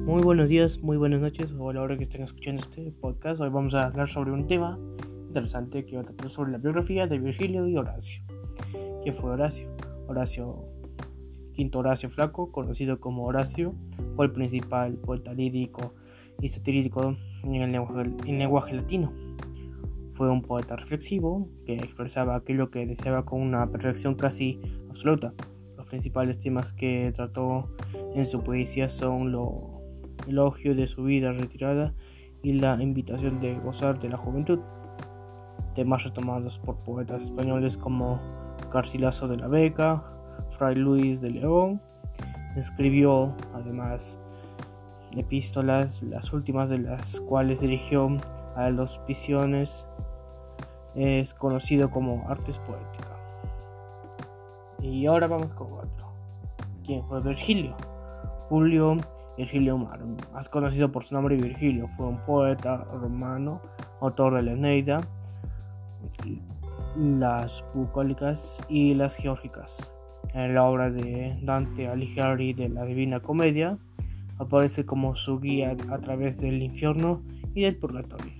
Muy buenos días, muy buenas noches o a la hora que estén escuchando este podcast. Hoy vamos a hablar sobre un tema interesante que va a tratar sobre la biografía de Virgilio y Horacio. ¿Quién fue Horacio? Quinto Horacio Flaco, conocido como Horacio, fue el principal poeta lírico y satírico en el lenguaje latino. Fue un poeta reflexivo que expresaba aquello que deseaba con una perfección casi absoluta. Los principales temas que trató en su poesía son el elogio de su vida retirada y la invitación de gozar de la juventud. Temas retomados por poetas españoles como Garcilaso de la Vega, Fray Luis de León. Escribió además epístolas, las últimas de las cuales dirigió a los pisiones. Es conocido como Artes Poética. Y ahora vamos con otro. ¿Quién fue Virgilio? Julio Virgilio Mar, más conocido por su nombre Virgilio, fue un poeta romano, autor de la Eneida, las bucólicas y las geórgicas. En la obra de Dante Alighieri de la Divina Comedia aparece como su guía a través del infierno y del purgatorio.